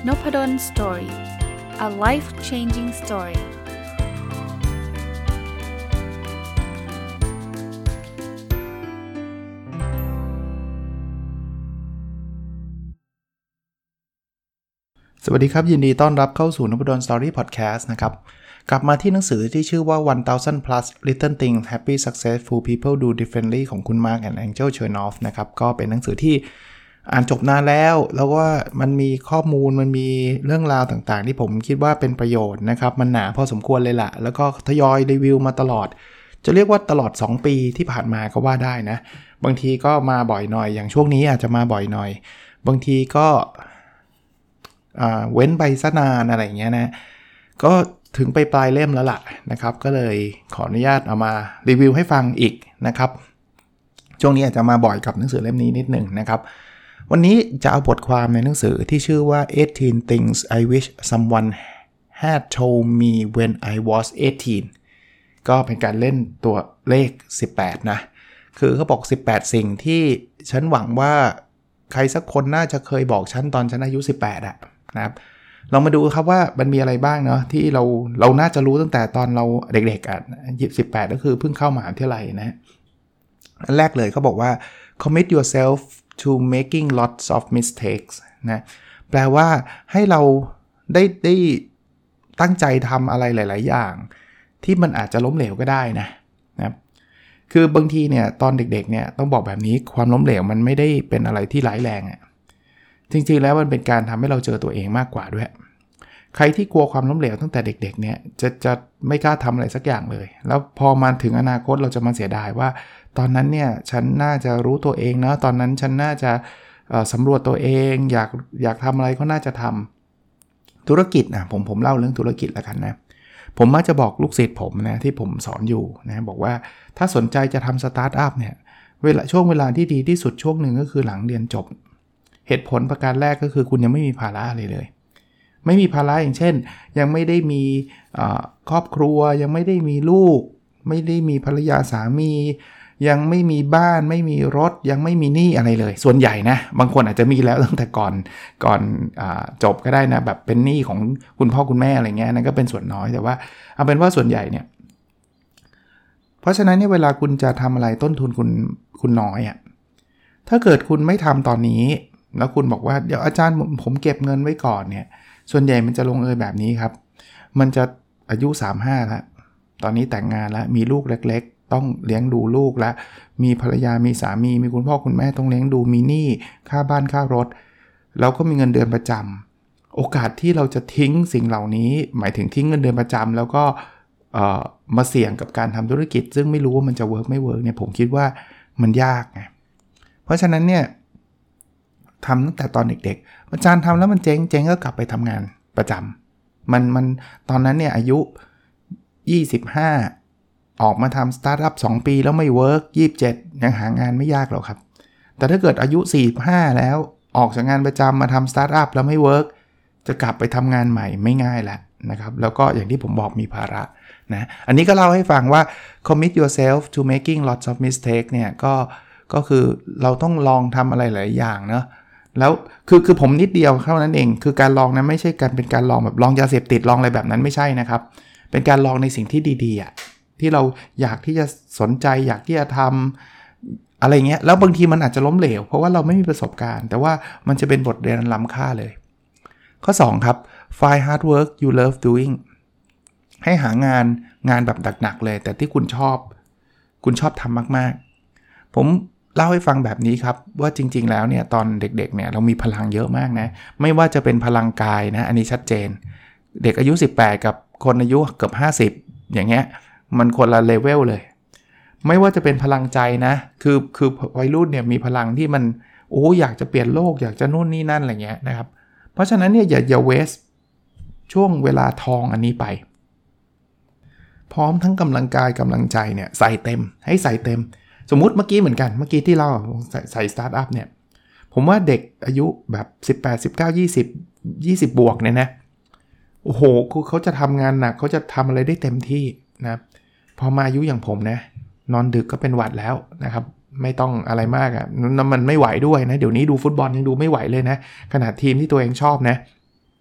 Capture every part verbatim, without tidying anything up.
Nopadon Story. A life-changing story.สวัสดีครับยินดีต้อนรับเข้าสู่ Nopadon Story Podcast นะครับกลับมาที่หนังสือที่ชื่อว่า one thousand plus little things happy successful people do differently ของคุณ Mark and Angel Chernoff นะครับก็เป็นหนังสือที่อ่านจบนานแล้วแล้วว่ามันมีข้อมูลมันมีเรื่องราวต่างๆที่ผมคิดว่าเป็นประโยชน์นะครับมันหนาพอสมควรเลยล่ะแล้วก็ทยอยรีวิวมาตลอดจะเรียกว่าตลอดสองปีที่ผ่านมาก็ว่าได้นะบางทีก็มาบ่อยหน่อยอย่างช่วงนี้อาจจะมาบ่อยหน่อยบางทีก็เว้นไปซะนานอะไรอย่างเงี้ยนะก็ถึงไปปลายเล่มแล้วล่ะนะครับก็เลยขออนุญาตเอามารีวิวให้ฟังอีกนะครับช่วงนี้อาจจะมาบ่อยกับหนังสือเล่มนี้นิดหนึ่งนะครับวันนี้จะเอาบทความในหนังสือที่ชื่อว่าeighteen things I wish someone had told me when I was eighteen ก็เป็นการเล่นตัวเลขสิบแปดนะคือเขาบอกสิบแปดสิ่งที่ฉันหวังว่าใครสักคนน่าจะเคยบอกฉันตอนฉันอายุสิบแปดอะนะครับเรามาดูครับว่ามันมีอะไรบ้างเนาะที่เราเราน่าจะรู้ตั้งแต่ตอนเราเด็กๆอ่ะสิบแปดก็คือเพิ่งเข้ามหาวิทยาลัยนะอันแรกเลยเขาบอกว่า commit yourself to making lots of mistakes นะแปลว่าให้เราได้ได้ตั้งใจทำอะไรหลายๆอย่างที่มันอาจจะล้มเหลวก็ได้นะนะคือบางทีเนี่ยตอนเด็กๆเนี่ยต้องบอกแบบนี้ความล้มเหลวมันไม่ได้เป็นอะไรที่ร้ายแรงอ่ะจริงๆแล้วมันเป็นการทำให้เราเจอตัวเองมากกว่าด้วยใครที่กลัวความล้มเหลวตั้งแต่เด็กๆเนี่ยจะจะไม่กล้าทำอะไรสักอย่างเลยแล้วพอมาถึงอนาคตเราจะมาเสียดายว่าตอนนั้นเนี่ยฉันน่าจะรู้ตัวเองนะตอนนั้นฉันน่าจะสำรวจตัวเองอยากอยากทำอะไรก็น่าจะทำธุรกิจนะผมผมเล่าเรื่องธุรกิจแล้วกันนะผมมักจะบอกลูกศิษย์ผมนะที่ผมสอนอยู่นะบอกว่าถ้าสนใจจะทำสตาร์ทอัพเนี่ยเวลาช่วงเวลาที่ดีที่สุดช่วงหนึ่งก็คือหลังเรียนจบเหตุผลประการแรกก็คือคุณยังไม่มีภาระอะไรเลยไม่มีภาระอย่างเช่นยังไม่ได้มีครอบครัวยังไม่ได้มีลูกไม่ได้มีภรรยาสามียังไม่มีบ้านไม่มีรถยังไม่มีหนี้อะไรเลยส่วนใหญ่นะบางคนอาจจะมีแล้วตั้งแต่ก่อนก่อนอ่าจบก็ได้นะแบบเป็นหนี้ของคุณพ่อคุณแม่อะไรเงี้ยนั่นก็เป็นส่วนน้อยแต่ว่าเอาเป็นว่าส่วนใหญ่เนี่ยเพราะฉะนั้นเนี่ยเวลาคุณจะทำอะไรต้นทุนคุณคุณน้อยอ่ะถ้าเกิดคุณไม่ทำตอนนี้แล้วคุณบอกว่าเดี๋ยวอาจารย์ผมเก็บเงินไว้ก่อนเนี่ยส่วนใหญ่มันจะลงเอยแบบนี้ครับมันจะอายุสามสิบห้าแล้วตอนนี้แต่งงานแล้วมีลูกเล็กๆต้องเลี้ยงดูลูกแล้วมีภรรยามีสามีมีคุณพ่อคุณแม่ต้องเลี้ยงดูมีหนี้ค่าบ้านค่ารถแล้วก็มีเงินเดือนประจำโอกาสที่เราจะทิ้งสิ่งเหล่านี้หมายถึงทิ้งเงินเดือนประจำแล้วก็เอ่อมาเสี่ยงกับการทำธุรกิจซึ่งไม่รู้ว่ามันจะเวิร์กไม่เวิร์กเนี่ยผมคิดว่ามันยากไงเพราะฉะนั้นเนี่ยทำตั้งแต่ตอนเด็กๆอาจารย์ทำแล้วมันเจ๊งเจ๊งก็กลับไปทำงานประจำมันมันตอนนั้นเนี่ยอายุยี่สิบห้าออกมาทำสตาร์ทอัพสองปีแล้วไม่เวิร์กยี่สิบเจ็ดยังหางานไม่ยากหรอกครับแต่ถ้าเกิดอายุสี่สิบห้าแล้วออกจากงานประจำมาทำสตาร์ทอัพแล้วไม่เวิร์กจะกลับไปทำงานใหม่ไม่ง่ายแล้วนะครับแล้วก็อย่างที่ผมบอกมีภาระนะอันนี้ก็เล่าให้ฟังว่า commit yourself to making lots of mistakes เนี่ยก็ก็คือเราต้องลองทำอะไรหลายอย่างเนาะแล้วคือคือผมนิดเดียวเท่านั้นเองคือการลองนั้นไม่ใช่การเป็นการลองแบบลองยาเสพติดลองอะไรแบบนั้นไม่ใช่นะครับเป็นการลองในสิ่งที่ดีๆอ่ะที่เราอยากที่จะสนใจอยากที่จะทำอะไรเงี้ยแล้วบางทีมันอาจจะล้มเหลวเพราะว่าเราไม่มีประสบการณ์แต่ว่ามันจะเป็นบทเรียนล้ำค่าเลยข้อสองครับ find hard work you love doing ให้หางานงานแบบหนักๆเลยแต่ที่คุณชอบคุณชอบทำมากๆผมเล่าให้ฟังแบบนี้ครับว่าจริงๆแล้วเนี่ยตอนเด็กๆเนี่ยเรามีพลังเยอะมากนะไม่ว่าจะเป็นพลังกายนะอันนี้ชัดเจนเด็กอายุสิบแปดกับคนอายุเกือบห้าสิบอย่างเงี้ยมันคนละเลเวลเลยไม่ว่าจะเป็นพลังใจนะคือคือวัยรุ่นเนี่ยมีพลังที่มันโอ้อยากจะเปลี่ยนโลกอยากจะนู่นนี่นั่นอะไรเงี้ยนะครับเพราะฉะนั้นเนี่ยอย่าอย่าเวสช่วงเวลาทองอันนี้ไปพร้อมทั้งกำลังกายกำลังใจเนี่ยใส่เต็มให้ใส่เต็มสมมุติเมื่อกี้เหมือนกันเมื่อกี้ที่เราใส่ใส่สตาร์ทอัพเนี่ยผมว่าเด็กอายุแบบสิบแปด สิบเก้า ยี่สิบ ยี่สิบบวกเนี่ยนะโอ้โหเขาจะทำงานหนักเขาจะทำอะไรได้เต็มที่นะพอมาอายุอย่างผมนะนอนดึกก็เป็นหวัดแล้วนะครับไม่ต้องอะไรมากอ่ะมันไม่ไหวด้วยนะเดี๋ยวนี้ดูฟุตบอลยังดูไม่ไหวเลยนะขนาดทีมที่ตัวเองชอบนะ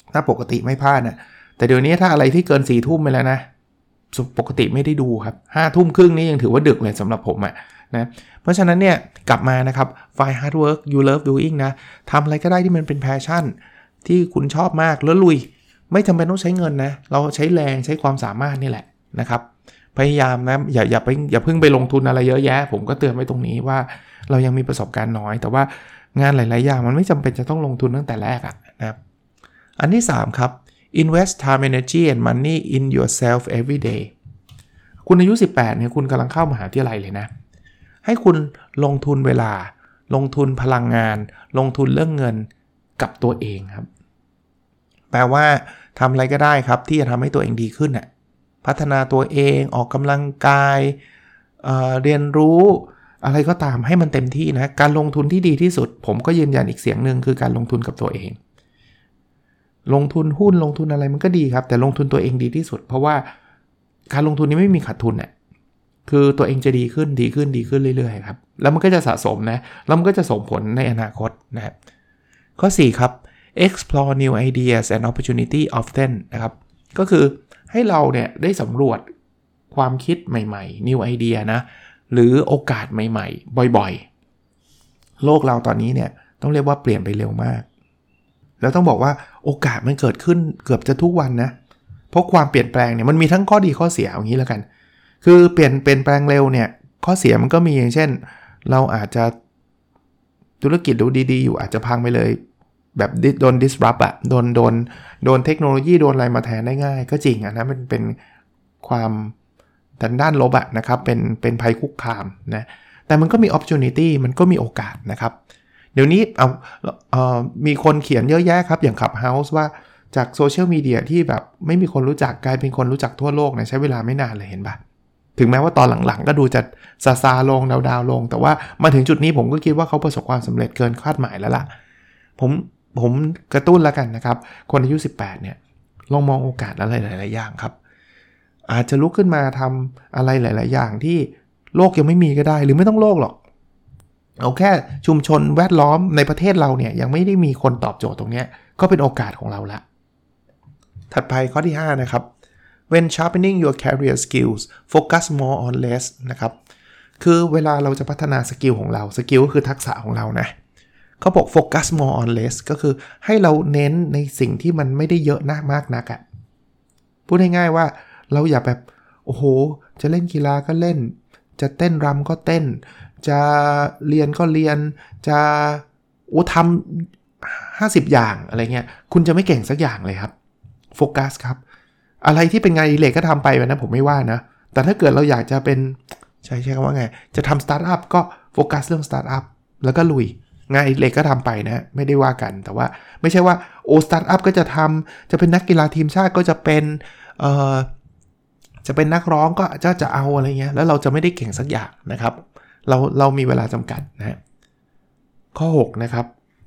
ถ้าปกติไม่พลาดนะแต่เดี๋ยวนี้ถ้าอะไรที่เกินสี่ทุ่มไปแล้วนะปกติไม่ได้ดูครับห้าทุ่มครึ่งนี่ยังถือว่าดึกเลยสำหรับผมอะนะเพราะฉะนั้นเนี่ยกลับมานะครับ Find hard work you love doing นะทำอะไรก็ได้ที่มันเป็น passion ที่คุณชอบมากแล้วลุยไม่จำเป็นต้องใช้เงินนะเราใช้แรงใช้ความสามารถนี่แหละนะครับพยายามนะอย่าอย่าไปอย่าเพิ่งไปลงทุนอะไรเยอะแยะผมก็เตือนไว้ตรงนี้ว่าเรายังมีประสบการณ์น้อยแต่ว่างานหลายๆอย่างมันไม่จำเป็นจะต้องลงทุนตั้งแต่แรกอะนะครับอันที่สามครับ invest time energy and money in yourself every day คุณอายุสิบแปดเนี่ยคุณกำลังเข้ามหาวิทยาลัยเลยนะให้คุณลงทุนเวลาลงทุนพลังงานลงทุนเรื่องเงินกับตัวเองครับแปลว่าทำอะไรก็ได้ครับที่จะทำให้ตัวเองดีขึ้นน่ะพัฒนาตัวเองออกกำลังกายเอ่อเรียนรู้อะไรก็ตามให้มันเต็มที่นะการลงทุนที่ดีที่สุดผมก็ยืนยันอีกเสียงนึงคือการลงทุนกับตัวเองลงทุนหุ้นลงทุนอะไรมันก็ดีครับแต่ลงทุนตัวเองดีที่สุดเพราะว่าการลงทุนนี้ไม่มีขาดทุนน่ะคือตัวเองจะดีขึ้นดีขึ้นดีขึ้นเรื่อยๆครับแล้วมันก็จะสะสมนะแล้วมันก็จะส่งผลในอนาคตนะครับข้อสี่ครับ explore new ideas and opportunity often นะครับก็คือให้เราเนี่ยได้สำรวจความคิดใหม่ๆ new idea นะหรือโอกาสใหม่ๆบ่อยๆโลกเราตอนนี้เนี่ยต้องเรียกว่าเปลี่ยนไปเร็วมากแล้วต้องบอกว่าโอกาสมันเกิดขึ้นเกือบจะทุกวันนะเพราะความเปลี่ยนแปลงเนี่ยมันมีทั้งข้อดีข้อเสียอย่างนี้แล้วกันคือเปลี่ยนเปลี่ยนแปลงเร็วเนี่ยข้อเสียมันก็มีอย่างเช่นเราอาจจะธุรกิจดูดีๆอยู่อาจจะพังไปเลยแบบโดน disrupt อะโดนโดนโดนเทคโนโลยีโดนอะไรมาแทนได้ง่ายก็จริงอะนะมันเป็นความด้านด้านลบอะนะครับเป็นเป็นภัยคุกคามนะแต่มันก็มี opportunity มันก็มีโอกาสนะครับเดี๋ยวนี้เอาเอ่อมีคนเขียนเยอะแยะครับอย่าง Clubhouse ว่าจากโซเชียลมีเดียที่แบบไม่มีคนรู้จักกลายเป็นคนรู้จักทั่วโลกเนี่ยใช้เวลาไม่นานเลยเห็นป่ะถึงแม้ว่าตอนหลังๆก็ดูจะซาซาลงดาวๆลงแต่ว่ามาถึงจุดนี้ผมก็คิดว่าเขาประสบความสำเร็จเกินคาดหมายแล้วล่ะผมผมกระตุ้นแล้วกันนะครับคนอายุสิบแปดเนี่ยลองมองโอกาสอะไรหลายๆอย่างครับอาจจะลุกขึ้นมาทำอะไรหลายๆอย่างที่โลกยังไม่มีก็ได้หรือไม่ต้องโลกหรอกเอาแค่ชุมชนแวดล้อมในประเทศเราเนี่ยยังไม่ได้มีคนตอบโจทย์ตรงนี้ก็เป็นโอกาสของเราละถัดไปข้อที่ห้านะครับ when sharpening your career skills focus more on less นะครับคือเวลาเราจะพัฒนาสกิลของเราสกิลก็คือทักษะของเรานะเขาบอก focus more on less ก็คือให้เราเน้นในสิ่งที่มันไม่ได้เยอะมากนักอะพูดง่ายๆว่าเราอย่าแบบโอ้โหจะเล่นกีฬาก็เล่นจะเต้นรำก็เต้นจะเรียนก็เรียนจะโอ้ทำห้าสิบอย่างอะไรเงี้ยคุณจะไม่เก่งสักอย่างเลยครับโฟกัสครับอะไรที่เป็นงานอดิเรกก็ทำไปนะผมไม่ว่านะแต่ถ้าเกิดเราอยากจะเป็นใช่ใช่คำว่าไงจะทำสตาร์ทอัพก็โฟกัสเรื่องสตาร์ทอัพแล้วก็ลุยงานอดิเรกก็ทำไปนะไม่ได้ว่ากันแต่ว่าไม่ใช่ว่าโอ้สตาร์ทอัพก็จะทำจะเป็นนักกีฬาทีมชาติก็จะเป็นเอ่อจะเป็นนักร้องก็จะจะเอาอะไรเงี้ยแล้วเราจะไม่ได้เก่งสักอย่างนะครับเราเรามีเวลาจำกัดนะข้อหกนะครับ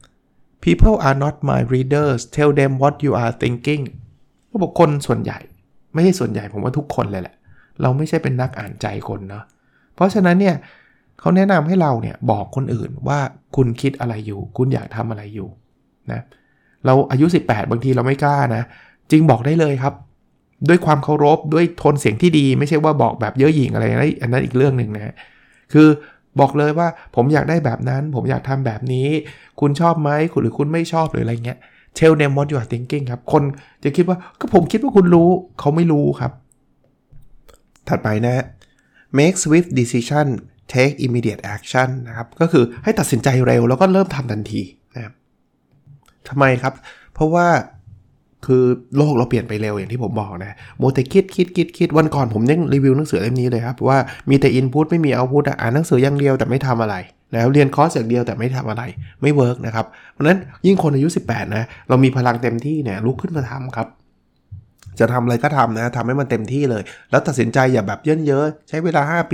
people are not my readers tell them what you are thinking ก็บอกคนส่วนใหญ่ไม่ใช่ส่วนใหญ่ผมว่าทุกคนเลยแหละเราไม่ใช่เป็นนักอ่านใจคนเนาะเพราะฉะนั้นเนี่ยเขาแนะนำให้เราเนี่ยบอกคนอื่นว่าคุณคิดอะไรอยู่คุณอยากทำอะไรอยู่นะเราอายุสิบแปดบางทีเราไม่กล้านะจริงบอกได้เลยครับด้วยความเคารพด้วยโทนเสียงที่ดีไม่ใช่ว่าบอกแบบเย่อหยิ่งอะไรนะอันนั้นอีกเรื่องนึงนะคือบอกเลยว่าผมอยากได้แบบนั้นผมอยากทำแบบนี้คุณชอบไหมคุณหรือคุณไม่ชอบหรืออะไรเงี้ย tell them what you are thinking ครับคนจะคิดว่าก็ผมคิดว่าคุณรู้เขาไม่รู้ครับถัดไปนะ make swift decision take immediate action นะครับก็คือให้ตัดสินใจเร็วแล้วก็เริ่มทำทันทีนะครับทำไมครับเพราะว่าคือโลกเราเปลี่ยนไปเร็วอย่างที่ผมบอกนะโมแต่คิดคิดคิดคิดวันก่อนผมยังรีวิวหนังสือเล่มนี้เลยครับว่ามีแต่ input ไม่มี output อ่านหนังสืออย่างเดียวแต่ไม่ทำอะไรแล้วเรียนคอร์สอย่างเดียวแต่ไม่ทำอะไรไม่เวิร์กนะครับเพราะนั้นยิ่งคนอายุสิบแปดนะเรามีพลังเต็มที่เนี่ยลุกขึ้นมาทำครับจะทำอะไรก็ทำนะทำให้มันเต็มที่เลยแล้วตัดสินใจอย่าแบบเยินเยอะใช้เวลาห้าปี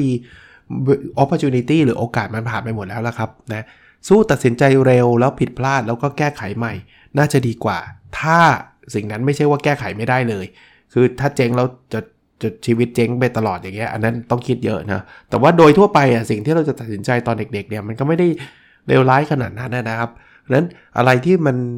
opportunity หรือโอกาสมันผ่านไปหมดแล้วละครับนะสู้ตัดสินใจเร็วแล้วผิดพลาดแล้วก็แก้ไขใหม่น่าจะดีกว่าถ้าสิ่งนั้นไม่ใช่ว่าแก้ไขไม่ได้เลยคือถ้าเจ๊งแล้วจะจะชีวิตเจ๊งไปตลอดอย่างเงี้ยอันนั้นต้องคิดเยอะนะแต่ว่าโดยทั่วไปอ่ะสิ่งที่เราจะตัดสินใจตอนเด็กๆเนี่ยมันก็ไม่ได้เลวร้ายขนาดนั้นนะครับเพราะฉะนั้นอะไรที่มัน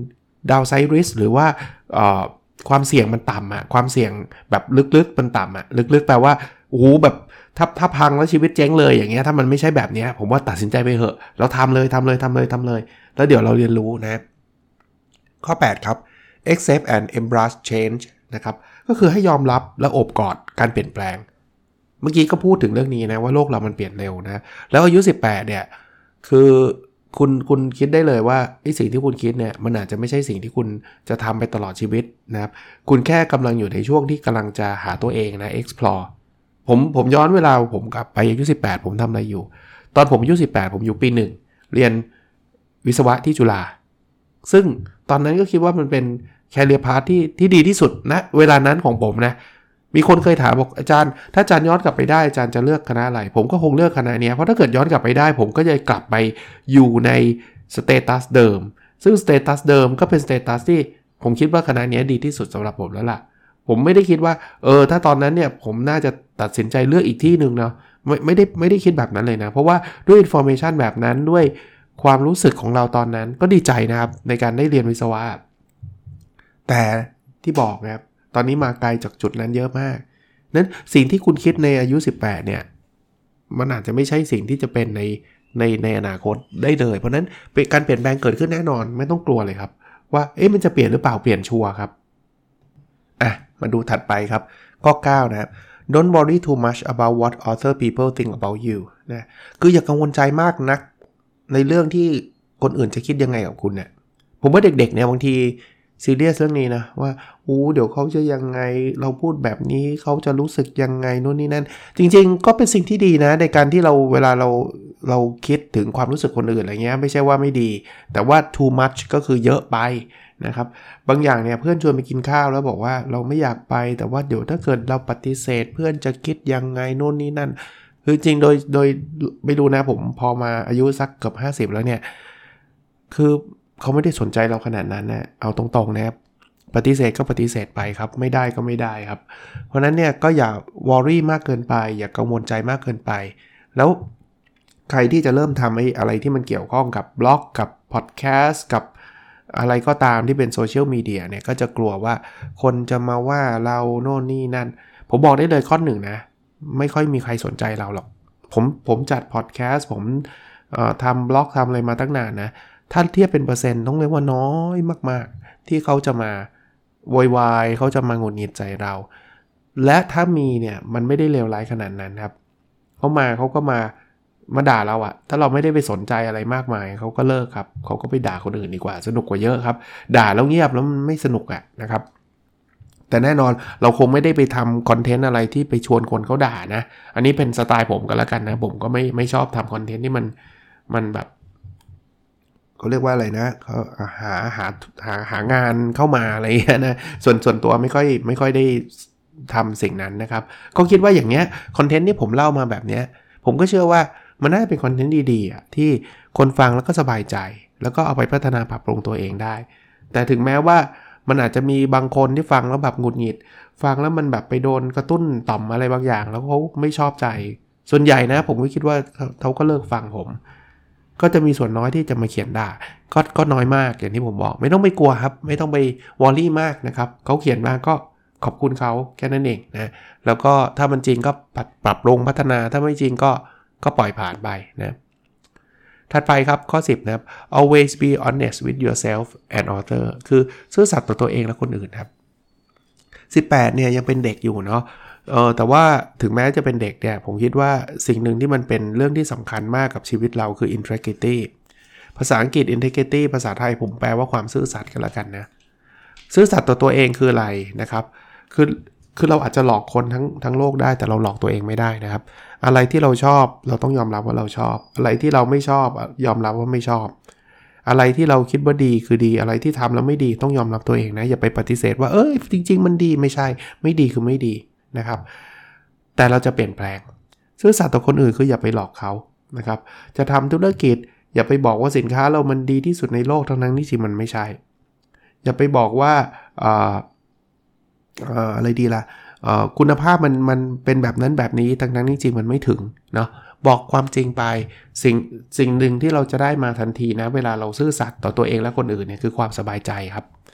downside risk หรือว่าความเสี่ยงมันต่ำอะความเสี่ยงแบบลึกๆมันต่ำอะลึกๆแปลว่าโอ้โหแบบถ้าถ้าพังแล้วชีวิตเจ๊งเลยอย่างเงี้ยถ้ามันไม่ใช่แบบนี้ผมว่าตัดสินใจไปเถอะเราทำเลยทำเลยทำเลยทำเลยแล้วเดี๋ยวเราเรียนรู้นะข้อแปดครับ accept and embrace change นะครับก็คือให้ยอมรับและโอบกอดการเปลี่ยนแปลงเมื่อกี้ก็พูดถึงเรื่องนี้นะว่าโลกเรามันเปลี่ยนเร็วนะแล้วอายุสิบแปดเนี่ยคือคุณคุณคิดได้เลยว่าไอ้สิ่งที่คุณคิดเนี่ยมันอาจจะไม่ใช่สิ่งที่คุณจะทำไปตลอดชีวิตนะครับคุณแค่กำลังอยู่ในช่วงที่กำลังจะหาตัวเองนะ explore ผมผมย้อนเวลาผมกลับไปอายุสิบแปดผมทำอะไรอยู่ตอนผมอายุสิบแปดผมอยู่ปีหนึ่งเรียนวิศวะที่จุฬาซึ่งตอนนั้นก็คิดว่ามันเป็นแคเรียร์พาธที่ที่ดีที่สุดนะเวลานั้นของผมนะมีคนเคยถามบอกอาจารย์ถ้าอาจารย์ย้อนกลับไปได้อาจารย์จะเลือกคณะอะไรผมก็คงเลือกคณะนี้เพราะถ้าเกิดย้อนกลับไปได้ผมก็จะกลับไปอยู่ในสเตตัสเดิมซึ่งสเตตัสเดิมก็เป็นสเตตัสที่ผมคิดว่าคณะนี้ดีที่สุดสำหรับผมแล้วล่ะผมไม่ได้คิดว่าเออถ้าตอนนั้นเนี่ยผมน่าจะตัดสินใจเลือกอีกที่นึงเนาะไม่ไม่ได้ไม่ได้คิดแบบนั้นเลยนะเพราะว่าด้วยอินฟอร์เมชันแบบนั้นด้วยความรู้สึกของเราตอนนั้นก็ดีใจนะครับในการได้เรียนวิศวะแต่ที่บอกนะครับตอนนี้มาไกลจากจุดนั้นเยอะมากนั้นสิ่งที่คุณคิดในอายุสิบแปดเนี่ยมันอาจจะไม่ใช่สิ่งที่จะเป็นในในในอนาคตได้เลยเพราะนั้นการเปลี่ยนแปลงเกิดขึ้นแน่นอนไม่ต้องกลัวเลยครับว่าเอ๊ะมันจะเปลี่ยนหรือเปล่าเปลี่ยนชัวร์ครับอ่ะมาดูถัดไปครับข้อเก้านะครับ Don't worry too much about what other people think about you นะคืออย่ากังวลใจมากนักในเรื่องที่คนอื่นจะคิดยังไงกับคุณเนี่ยผมว่าเด็กๆเนี่ยบางทีซีเรียสเรื่องนี้นะว่าอู้เดี๋ยวเขาจะยังไงเราพูดแบบนี้เขาจะรู้สึกยังไงโน่นนี่นั่นจริงๆก็เป็นสิ่งที่ดีนะในการที่เราเวลาเราเราคิดถึงความรู้สึกคนอื่นอะไรเงี้ยไม่ใช่ว่าไม่ดีแต่ว่า too much ก็คือเยอะไปนะครับบางอย่างเนี่ยเพื่อนชวนไปกินข้าวแล้วบอกว่าเราไม่อยากไปแต่ว่าเดี๋ยวถ้าเกิดเราปฏิเสธเพื่อนจะคิดยังไงโน่นนี่นั่นคือจริงโดยโดยไม่รู้นะผมพอมาอายุสักเกือบห้าสิบแล้วเนี่ยคือเขาไม่ได้สนใจเราขนาดนั้นนะเอาตรงๆนะครับปฏิเสธก็ปฏิเสธไปครับไม่ได้ก็ไม่ได้ครับเพราะนั้นเนี่ยก็อย่าวอรี่มากเกินไปอย่ากังวลใจมากเกินไปแล้วใครที่จะเริ่มทำไอ้อะไรที่มันเกี่ยวข้องกับบล็อกกับพอดแคสต์กับอะไรก็ตามที่เป็นโซเชียลมีเดียเนี่ยก็จะกลัวว่าคนจะมาว่าเราโน่นนี่นั่นผมบอกได้เลยข้อหนึ่งนะไม่ค่อยมีใครสนใจเราหรอกผมผมจัดพอดแคสต์ผมเอ่อทำบล็อกทำอะไรมาตั้งนานนะถ้าเทียบเป็นเปอร์เซ็นต์ต้องเรียกว่าน้อยมากๆที่เขาจะมาโวยวายเขาจะมาหงุดหงิดใจเราและถ้ามีเนี่ยมันไม่ได้เลวร้ายขนาดนั้นครับเขามาเขาก็มามาด่าเราอะถ้าเราไม่ได้ไปสนใจอะไรมากมายเขาก็เลิกครับเขาก็ไปด่าคนอื่นดีกว่าสนุกกว่าเยอะครับด่าแล้วเงียบแล้วมันไม่สนุกอะนะครับแต่แน่นอนเราคงไม่ได้ไปทำคอนเทนต์อะไรที่ไปชวนคนเขาด่านะอันนี้เป็นสไตล์ผมก็แล้วกันนะผมก็ไม่ไม่ชอบทำคอนเทนต์ที่มันมันแบบเขาเรียกว่าอะไรนะเขาหาหาหาหางานเข้ามาอะไรอย่างเงี้ยนะส่วนส่วนตัวไม่ค่อยไม่ค่อยได้ทำสิ่งนั้นนะครับก็คิดว่าอย่างเงี้ยคอนเทนต์ที่ผมเล่ามาแบบเนี้ยผมก็เชื่อว่ามันน่าจะเป็นคอนเทนต์ดีๆอ่ะที่คนฟังแล้วก็สบายใจแล้วก็เอาไปพัฒนาปรับปรุงตัวเองได้แต่ถึงแม้ว่ามันอาจจะมีบางคนที่ฟังแล้วแบบหงุดหงิดฟังแล้วมันแบบไปโดนกระตุ้นต่อมอะไรบางอย่างแล้วเขาไม่ชอบใจส่วนใหญ่นะผมก็คิดว่าเขาก็เลิกฟังผมก็จะมีส่วนน้อยที่จะมาเขียนด่าก็ก็น้อยมากอย่างที่ผมบอกไม่ต้องไปกลัวครับไม่ต้องไปวอรี่มากนะครับเขาเขียนมาก็ขอบคุณเขาแค่นั้นเองนะแล้วก็ถ้ามันจริงก็ปรับปรุงพัฒนาถ้าไม่จริงก็ก็ปล่อยผ่านไปนะถัดไปครับข้อสิบนะครับ always be honest with yourself and other คือซื่อสัตย์ต่อตัวเองและคนอื่นครับสิบแปดเนี่ยยังเป็นเด็กอยู่เนาะเออแต่ว่าถึงแม้จะเป็นเด็กเนี่ยผมคิดว่าสิ่งหนึ่งที่มันเป็นเรื่องที่สำคัญมากกับชีวิตเราคือ integrity ภาษาอังกฤษ integrity ภาษาไทยผมแปลว่าความซื่อสัตย์กันละกันนะซื่อสัตย์ต่อตัวเองคืออะไรนะครับคือคือเราอาจจะหลอกคนทั้งทั้งโลกได้แต่เราหลอกตัวเองไม่ได้นะครับอะไรที่เราชอบเราต้องยอมรับว่าเราชอบอะไรที่เราไม่ชอบยอมรับว่าไม่ชอบอะไรที่เราคิดว่าดีคือดีอะไรที่ทำแล้วไม่ดีต้องยอมรับตัวเองนะอย่าไปปฏิเสธว่าเอ้ยจริงๆมันดีไม่ใช่ไม่ดีคือไม่ดีนะครับแต่เราจะเปลี่ยนแปลงซื่อสัตย์ต่อคนอื่นคืออย่าไปหลอกเขานะครับจะทำธุรกิจอย่าไปบอกว่าสินค้าเรามันดีที่สุดในโลกทั้งนั้นที่จริงมันไม่ใช่อย่าไปบอกว่าอ่าเอ่ออะไรดีล่ะเอ่อคุณภาพมันมันเป็นแบบนั้นแบบนี้ทั้งนั้นจริงๆมันไม่ถึงเนาะบอกความจริงไปสิ่งสิ่งหนึ่งที่เราจะได้มาทันทีนะเวลาเราซื่อสัตย์ต่อตัวเองและคนอื่นเนี่ยคือความสบายใจครับ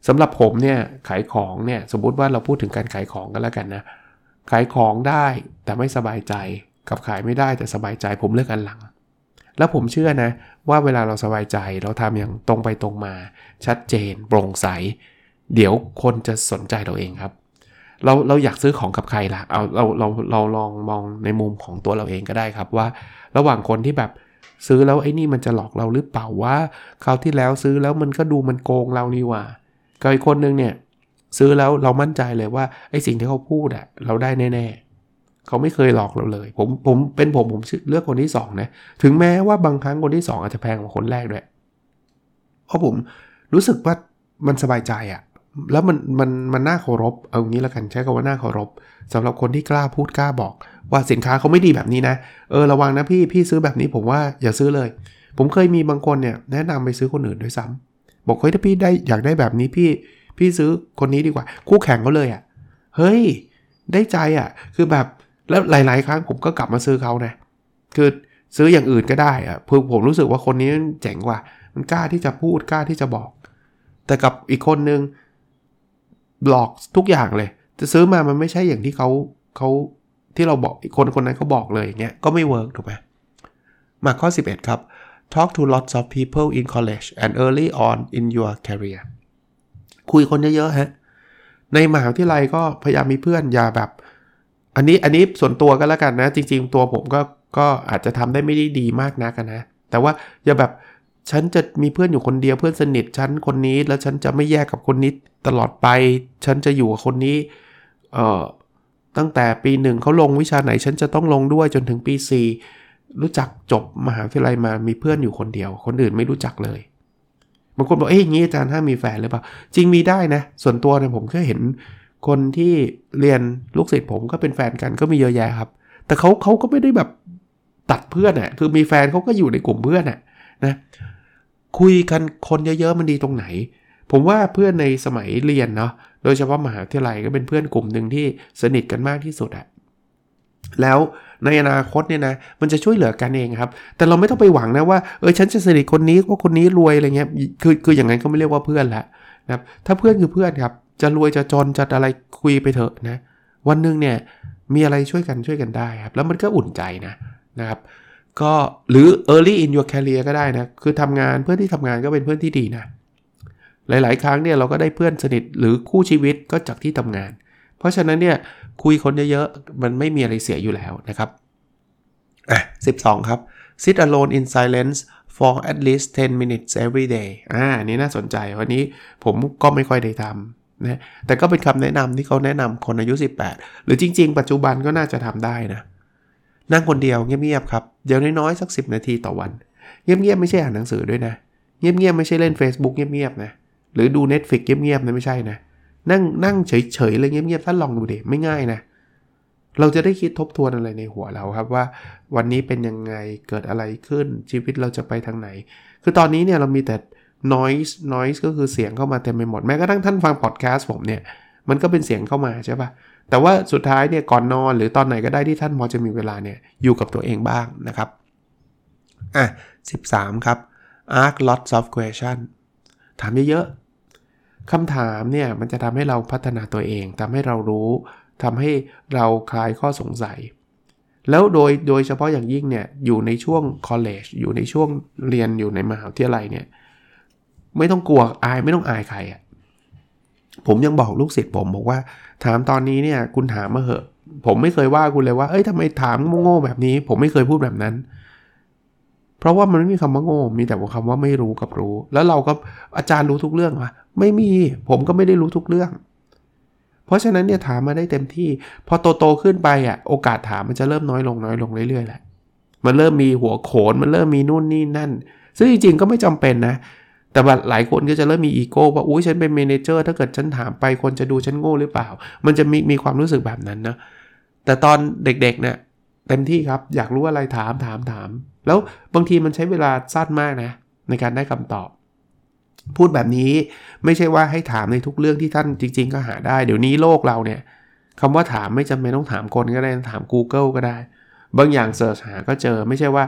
สำหรับผมเนี่ยขายของเนี่ยสมมุติว่าเราพูดถึงการขายของกันแล้วกันนะขายของได้แต่ไม่สบายใจกับขายไม่ได้แต่สบายใจผมเลือกอันหลังแล้วผมเชื่อนะว่าเวลาเราสบายใจเราทำอย่างตรงไปตรงมาชัดเจนโปร่งใสเดี๋ยวคนจะสนใจเราเองครับเราเราอยากซื้อของกับใครล่ะเอาเราเราเราลองมองในมุมของตัวเราเองก็ได้ครับว่าระหว่างคนที่แบบซื้อแล้วไอ้นี่มันจะหลอกเราหรือเปล่าว่าคราวที่แล้วซื้อแล้วมันก็ดูมันโกงเรานี่ว่ากับอีกคนนึงเนี่ยซื้อแล้วเรามั่นใจเลยว่าไอ้สิ่งที่เขาพูดอะเราได้แน่ๆเขาไม่เคยหลอกเราเลยผมผมเป็นผมผมเลือกคนที่สองนะถึงแม้ว่าบางครั้งคนที่สองอาจจะแพงกว่าคนแรกด้วยเพราะผมรู้สึกว่ามันสบายใจอะแล้วมันมันมันน่าเคารพเอางี้ละกันใช้คำว่าน่าเคารพสำหรับคนที่กล้าพูดกล้าบอกว่าสินค้าเขาไม่ดีแบบนี้นะเออระวังนะพี่พี่ซื้อแบบนี้ผมว่าอย่าซื้อเลยผมเคยมีบางคนเนี่ยแนะนำไปซื้อคนอื่นด้วยซ้ำบอกเฮ้ยถ้าพี่ได้อยากได้แบบนี้พี่พี่ซื้อคนนี้ดีกว่าคู่แข่งเขาเลยอ่ะเฮ้ยได้ใจอ่ะคือแบบแล้วหลายๆครั้งผมก็กลับมาซื้อเขานะคือซื้ออย่างอื่นก็ได้อ่ะคือผมรู้สึกว่าคนนี้เจ๋งกว่ามันกล้าที่จะพูดกล้าที่จะบอกแต่กับอีกคนนึงหลอกทุกอย่างเลยจะซื้อมามันไม่ใช่อย่างที่เขาเขาที่เราบอกคนคนนั้นเขาบอกเลยอย่างเงี้ยก็ไม่เวิร์กถูกไหมมาข้อสิบเอ็ดครับ talk to lots of people in college and early on in your career คุยคนเยอะๆฮะในมหาวิทยาลัยก็พยายามมีเพื่อนอย่าแบบอันนี้อันนี้ส่วนตัวก็แล้วกันนะจริงๆตัวผมก็ก็อาจจะทำได้ไม่ได้ดีมากนักนะแต่ว่าอย่าแบบฉันจะมีเพื่อนอยู่คนเดียวเพื่อนสนิทฉันคนนี้แล้วฉันจะไม่แยกกับคนนี้ตลอดไปฉันจะอยู่กับคนนี้เอ่อตั้งแต่ปีหนึ่งเขาลงวิชาไหนฉันจะต้องลงด้วยจนถึงปีสี่รู้จักจบมหาวิทยาลัยมามีเพื่อนอยู่คนเดียวคนอื่นไม่รู้จักเลยบางคนบอกเอ้ยอย่างนี้อาจารย์ห้ามมีแฟนหรือเปล่าจริงมีได้นะส่วนตัวเนี่ยผมก็เห็นคนที่เรียนลูกศิษย์ผมก็เป็นแฟนกันก็มีเยอะแยะครับแต่เขาเขาก็ไม่ได้แบบตัดเพื่อนอ่ะคือมีแฟนเขาก็อยู่ในกลุ่มเพื่อนอ่ะนะคุยกันคนเยอะๆมันดีตรงไหนผมว่าเพื่อนในสมัยเรียนเนาะโดยเฉพาะมหาวิทยาลัยก็เป็นเพื่อนกลุ่มหนึ่งที่สนิทกันมากที่สุดอะแล้วในอนาคตเนี่ยนะมันจะช่วยเหลือกันเองครับแต่เราไม่ต้องไปหวังนะว่าเออฉันจะสนิทคนนี้เพราะคนนี้รวยอะไรเงี้ยคือคืออย่างนั้นก็ไม่เรียกว่าเพื่อนละนะครับถ้าเพื่อนคือเพื่อนครับจะรวยจะจนจะอะไรคุยไปเถอะนะวันนึงเนี่ยมีอะไรช่วยกันช่วยกันได้ครับแล้วมันก็อุ่นใจนะนะครับก็หรือ early in your career ก็ได้นะคือทำงานเพื่อนที่ทำงานก็เป็นเพื่อนที่ดีนะหลายๆครั้งเนี่ยเราก็ได้เพื่อนสนิทหรือคู่ชีวิตก็จากที่ทำงานเพราะฉะนั้นเนี่ยคุยคนเยอะๆมันไม่มีอะไรเสียอยู่แล้วนะครับอ่ะสิบสองครับ sit alone in silence for at least ten minutes every day อ่านี่น่าสนใจวันนี้ผมก็ไม่ค่อยได้ทำนะแต่ก็เป็นคำแนะนำที่เขาแนะนำคนอายุสิบแปดหรือจริงๆปัจจุบันก็น่าจะทำได้นะนั่งคนเดียวเงียบๆครับเดี๋ยวน้อยๆสักสิบนาทีต่อวันเงียบๆไม่ใช่อ่านหนังสือด้วยนะเงียบๆไม่ใช่เล่น Facebook เงียบๆนะหรือดู Netflix เงียบๆนะไม่ใช่นะนั่งนั่งเฉยๆเลยเงียบๆท่านลองดูดิไม่ง่ายนะเราจะได้คิดทบทวนอะไรในหัวเราครับว่าวันนี้เป็นยังไงเกิดอะไรขึ้นชีวิตเราจะไปทางไหนคือตอนนี้เนี่ยเรามีแต่ noise noise ก็คือเสียงเข้ามาเต็มไปหมดแม้กระทั่งท่านฟังพอดแคสต์ผมเนี่ยมันก็เป็นเสียงเข้ามาใช่ป่ะแต่ว่าสุดท้ายเนี่ยก่อนนอนหรือตอนไหนก็ได้ที่ท่านพอจะมีเวลาเนี่ยอยู่กับตัวเองบ้างนะครับอ่ะสิบสามครับ ask lots of question ถามเยอะๆคำถามเนี่ยมันจะทำให้เราพัฒนาตัวเองทำให้เรารู้ทำให้เราคลายข้อสงสัยแล้วโดยโดยเฉพาะอย่างยิ่งเนี่ยอยู่ในช่วง college อยู่ในช่วงเรียนอยู่ในมหาวิทยาลัยเนี่ยไม่ต้องกลัวอายไม่ต้องอายใครอ่ะผมยังบอกลูกศิษย์ผมบอกว่าถามตอนนี้เนี่ยคุณถามมาเหอะผมไม่เคยว่าคุณเลยว่าเอ้ยทำไมถามโง่ๆแบบนี้ผมไม่เคยพูดแบบนั้นเพราะว่ามันไม่มีคำว่าโง่มีแต่คำว่าไม่รู้กับรู้แล้วเราก็อาจารย์รู้ทุกเรื่องวะไม่มีผมก็ไม่ได้รู้ทุกเรื่องเพราะฉะนั้นเนี่ยถามมาได้เต็มที่พอโตๆขึ้นไปอ่ะโอกาสถามมันจะเริ่มน้อยลงน้อยลงเรื่อยๆแหละมันเริ่มมีหัวโขนมันเริ่มมีนู่นนี่นั่นซึ่งจริงๆก็ไม่จำเป็นนะแต่ว่าหลายคนก็จะเริ่มมีอีโก้ว่าอุ๊ยฉันเป็นเมเนเจอร์ถ้าเกิดฉันถามไปคนจะดูฉันโง่หรือเปล่ามันจะมีมีความรู้สึกแบบนั้นนะแต่ตอนเด็กๆเนี่ยเต็มที่ครับอยากรู้อะไรถามถามถามแล้วบางทีมันใช้เวลาสั้นมากนะในการได้คำตอบพูดแบบนี้ไม่ใช่ว่าให้ถามในทุกเรื่องที่ท่านจริงๆก็หาได้เดี๋ยวนี้โลกเราเนี่ยคำว่าถามไม่จำเป็นต้องถามคนก็ได้ถาม Google ก็ได้บางอย่างเสิร์ชหาก็เจอไม่ใช่ว่า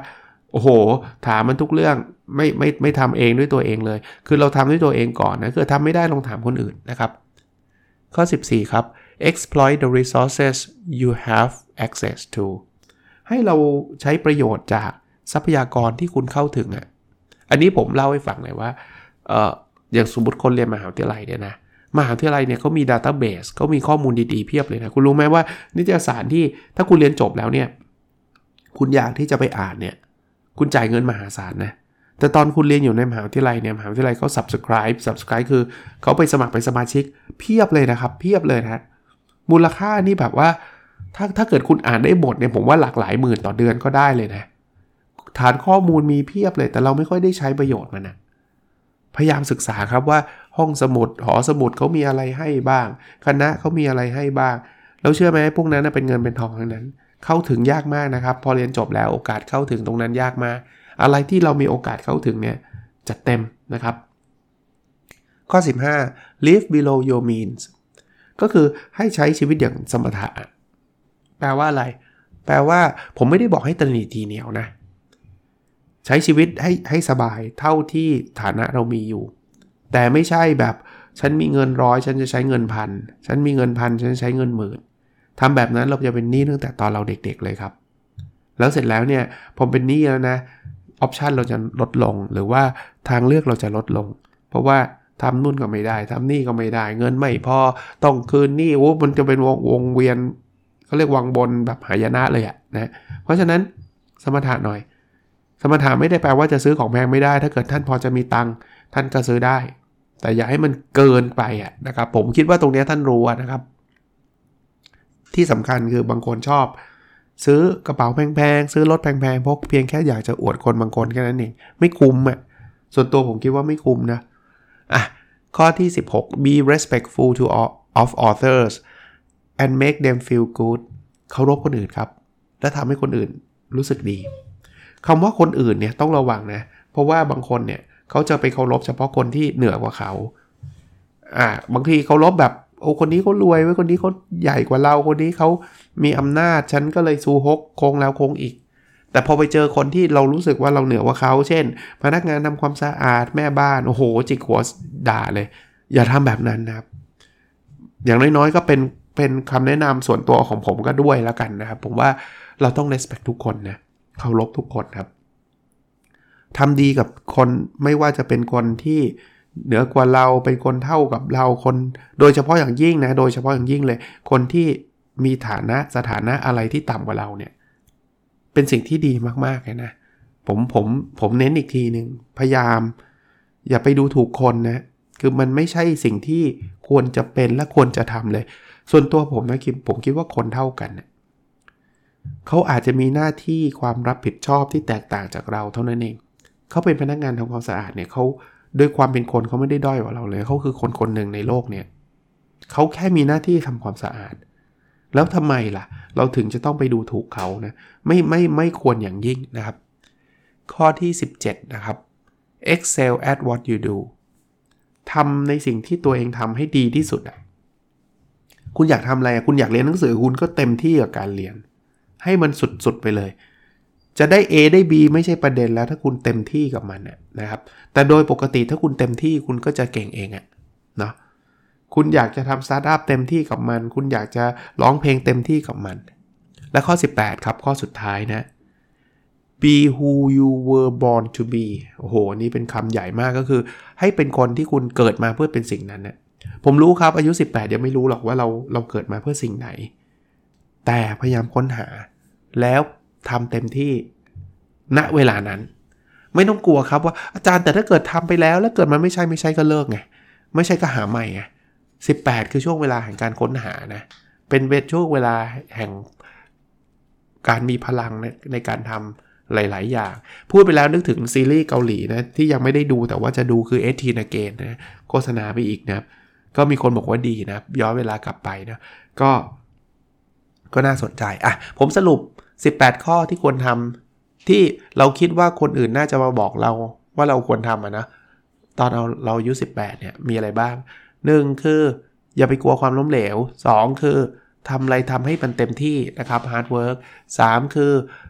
โอ้โหถามมันทุกเรื่องไม่ไม่ไม่ทำเองด้วยตัวเองเลยคือเราทำด้วยตัวเองก่อนนะคือทำไม่ได้ลองถามคนอื่นนะครับข้อสิบสี่ครับ exploit the resources you have access to ให้เราใช้ประโยชน์จากทรัพยากรที่คุณเข้าถึงอ่ะอันนี้ผมเล่าให้ฟังเลยว่าเอ่ออย่างสมมติคนเรียนมหาวิทยาลัยเนี่ยนะมหาวิทยาลัยเนี่ยเขามี database เขามีข้อมูลดีๆเพียบเลยนะคุณรู้ไหมว่านิตยสารที่ถ้าคุณเรียนจบแล้วเนี่ยคุณอยากที่จะไปอ่านเนี่ยคุณจ่ายเงินมหาศาลนะแต่ตอนคุณเรียนอยู่ในมหาวิทยาลัยเนี่ยมหาวิทยาลัยเขา subscribe subscribe คือเขาไปสมัครเป็นสมาชิกเพียบเลยนะครับเพียบเลยนะมูลค่านี่แบบว่าถ้าถ้าเกิดคุณอ่านได้หมดเนี่ยผมว่าหลากหลายหมื่นต่อเดือนก็ได้เลยนะฐานข้อมูลมีเพียบเลยแต่เราไม่ค่อยได้ใช้ประโยชน์มันนะพยายามศึกษาครับว่าห้องสมุดหอสมุดเขามีอะไรให้บ้างคณะเขามีอะไรให้บ้างแล้วเชื่อไหมพวกนั้นเป็นเงินเป็นทองทั้งนั้นเข้าถึงยากมากนะครับพอเรียนจบแล้วโอกาสเข้าถึงตรงนั้นยากมากอะไรที่เรามีโอกาสเข้าถึงเนี่ยจัดเต็มนะครับข้อสิบห้า live below your means ก็คือให้ใช้ชีวิตอย่างสมถะแปลว่าอะไรแปลว่าผมไม่ได้บอกให้ตระหนี่ทีเหนียวนะใช้ชีวิตให้ให้สบายเท่าที่ฐานะเรามีอยู่แต่ไม่ใช่แบบฉันมีเงินร้อยฉันจะใช้เงินพันฉันมีเงินพันฉันจะใช้เงินหมื่นทำแบบนั้นเราจะเป็นหนี้ตั้งแต่ตอนเราเด็กๆเลยครับแล้วเสร็จแล้วเนี่ยผมเป็นหนี้แล้วนะออปชันเราจะลดลงหรือว่าทางเลือกเราจะลดลงเพราะว่าทำนู่นก็ไม่ได้ทำนี่ก็ไม่ได้เงินไม่พอต้องคืนหนี้โอ้มันจะเป็นวงวงเวียนเขาเรียกวังบนแบบหายนะเลยอะนะเพราะฉะนั้นสมถะหน่อยสมถะไม่ได้แปลว่าจะซื้อของแพงไม่ได้ถ้าเกิดท่านพอจะมีตังค์ท่านก็ซื้อได้แต่อย่าให้มันเกินไปอะนะครับผมคิดว่าตรงนี้ท่านรู้นะครับที่สำคัญคือบางคนชอบซื้อกระเป๋าแพงๆซื้อรถแพงๆเพราะเพียงแค่อยากจะอวดคนบางคนแค่นั้นเองไม่คุ้มอ่ะส่วนตัวผมคิดว่าไม่คุ้มนะอ่ะข้อที่สิบหก be respectful to all of authors and make them feel good เคารพคนอื่นครับและทำให้คนอื่นรู้สึกดีคำว่าคนอื่นเนี่ยต้องระวังนะเพราะว่าบางคนเนี่ยเขาจะไปเคารพเฉพาะคนที่เหนือกว่าเขาอ่าบางทีเคารพแบบโอ้คนนี้เขารวยไว้คนนี้เขาใหญ่กว่าเราคนนี้เขามีอำนาจฉันก็เลยซูฮกโคงแล้วโคงอีกแต่พอไปเจอคนที่เรารู้สึกว่าเราเหนือกว่าเขาเช่นพนักงานทำความสะอาดแม่บ้านโอ้โหจิกหัวด่าเลยอย่าทำแบบนั้นนะครับอย่างน้อยๆก็เป็นเป็นคำแนะนำส่วนตัวของผมก็ด้วยแล้วกันนะครับผมว่าเราต้อง respect ทุกคนนะเคารพทุกคนครับทำดีกับคนไม่ว่าจะเป็นคนที่เหนือกว่าเราเป็นคนเท่ากับเราคนโดยเฉพาะอย่างยิ่งนะโดยเฉพาะอย่างยิ่งเลยคนที่มีฐานะสถานะอะไรที่ต่ำกว่าเราเนี่ยเป็นสิ่งที่ดีมากๆเลยนะผมผมผมเน้นอีกทีนึงพยายามอย่าไปดูถูกคนนะคือมันไม่ใช่สิ่งที่ควรจะเป็นและควรจะทำเลยส่วนตัวผมนะคิดผมคิดว่าคนเท่ากันนะเขาอาจจะมีหน้าที่ความรับผิดชอบที่แตกต่างจากเราเท่านั้นเองเขาเป็นพนักงานทำความสะอาดเนี่ยเขาด้วยความเป็นคนเขาไม่ได้ด้อยกว่าเราเลยเขาคือคนคนหนึ่งในโลกเนี่ยเขาแค่มีหน้าที่ทำความสะอาดแล้วทำไมล่ะเราถึงจะต้องไปดูถูกเขานะไม่ไม่ไม่ควรอย่างยิ่งนะครับข้อที่สิบเจ็ดนะครับ excel at what you do ทำในสิ่งที่ตัวเองทำให้ดีที่สุดอ่ะคุณอยากทำอะไรคุณอยากเรียนหนังสือคุณก็เต็มที่กับการเรียนให้มันสุดๆไปเลยจะได้ A ได้ B ไม่ใช่ประเด็นแล้วถ้าคุณเต็มที่กับมันนะครับแต่โดยปกติถ้าคุณเต็มที่คุณก็จะเก่งเองอะเนาะคุณอยากจะทำสตาร์ทอัพเต็มที่กับมันคุณอยากจะร้องเพลงเต็มที่กับมันและข้อสิบแปดครับข้อสุดท้ายนะ be who you were born to be โอ้โหนี่เป็นคำใหญ่มากก็คือให้เป็นคนที่คุณเกิดมาเพื่อเป็นสิ่งนั้นนะผมรู้ครับอายุสิบแปดยังไม่รู้หรอกว่าเราเราเกิดมาเพื่อสิ่งไหนแต่พยายามค้นหาแล้วทำเต็มที่ณเวลานั้นไม่ต้องกลัวครับว่าอาจารย์แต่ถ้าเกิดทำไปแล้วแล้วเกิดมันไม่ใช่ไม่ใช่ก็เลิกไงไม่ใช่ก็หาใหม่ไงสิบแปดคือช่วงเวลาแห่งการค้นหานะเป็นช่วงเวลาแห่งการมีพลังในในการทำหลายๆอย่างพูดไปแล้วนึกถึงซีรีส์เกาหลีนะที่ยังไม่ได้ดูแต่ว่าจะดูคือeighteen Againนะโฆษณาไปอีกนะก็มีคนบอกว่าดีนะย้อนเวลากลับไปนะก็ก็น่าสนใจอ่ะผมสรุปสิบแปดข้อที่ควรทำที่เราคิดว่าคนอื่นน่าจะมาบอกเราว่าเราควรทำอ่ะนะตอนเราเราอายุสิบแปดเนี่ยมีอะไรบ้างหนึ่งคืออย่าไปกลัวความล้มเหลวสองคือทำอะไรทำให้มันเต็มที่นะครับ hard work สามคือ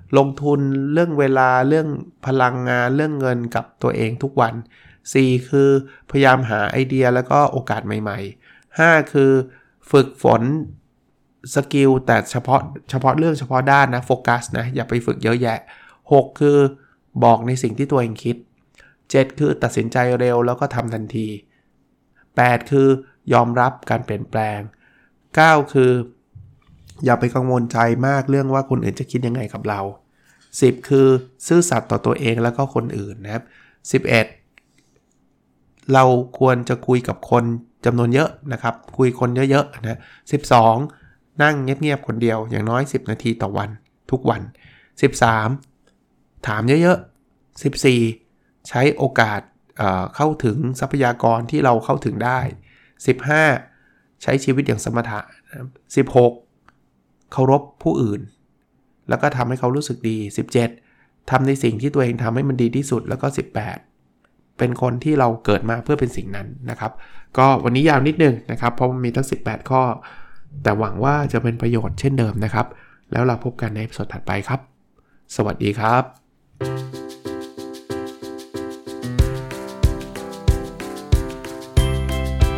ลงทุนเรื่องเวลาเรื่องพลังงานเรื่องเงินกับตัวเองทุกวันสี่คือพยายามหาไอเดียแล้วก็โอกาสใหม่ๆห้าคือฝึกฝนสกิลแต่เฉพาะเฉพาะเรื่องเฉพาะด้านนะโฟกัสนะอย่าไปฝึกเยอะแยะหกคือบอกในสิ่งที่ตัวเองคิดเจ็ดคือตัดสินใจเร็วแล้วก็ทำทันทีแปดคือยอมรับการเปลี่ยนแปลงเก้าคืออย่าไปกังวลใจมากเรื่องว่าคนอื่นจะคิดยังไงกับเราสิบคือซื่อสัตย์ต่อตัวเองแล้วก็คนอื่นนะครับสิบเอ็ดเราควรจะคุยกับคนจำนวนเยอะนะครับคุยคนเยอะๆนะสิบสองนั่งเงียบๆคนเดียวอย่างน้อยสิบนาทีต่อวันทุกวันสิบสามถามเยอะๆสิบสี่ใช้โอกาส เอ่อ เข้าถึงทรัพยากรที่เราเข้าถึงได้สิบห้าใช้ชีวิตอย่างสมถะสิบหกเคารพผู้อื่นแล้วก็ทำให้เขารู้สึกดีสิบเจ็ดทำในสิ่งที่ตัวเองทำให้มันดีที่สุดแล้วก็สิบแปดเป็นคนที่เราเกิดมาเพื่อเป็นสิ่งนั้นนะครับก็วันนี้ยาวนิดนึงนะครับเพราะมันมีทั้งสิบแปดข้อแต่หวังว่าจะเป็นประโยชน์เช่นเดิมนะครับแล้วเราพบกันในตอนถัดไปครับสวัสดีครับ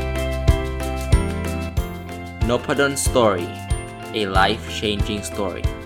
Nopadon Story, a life-changing story.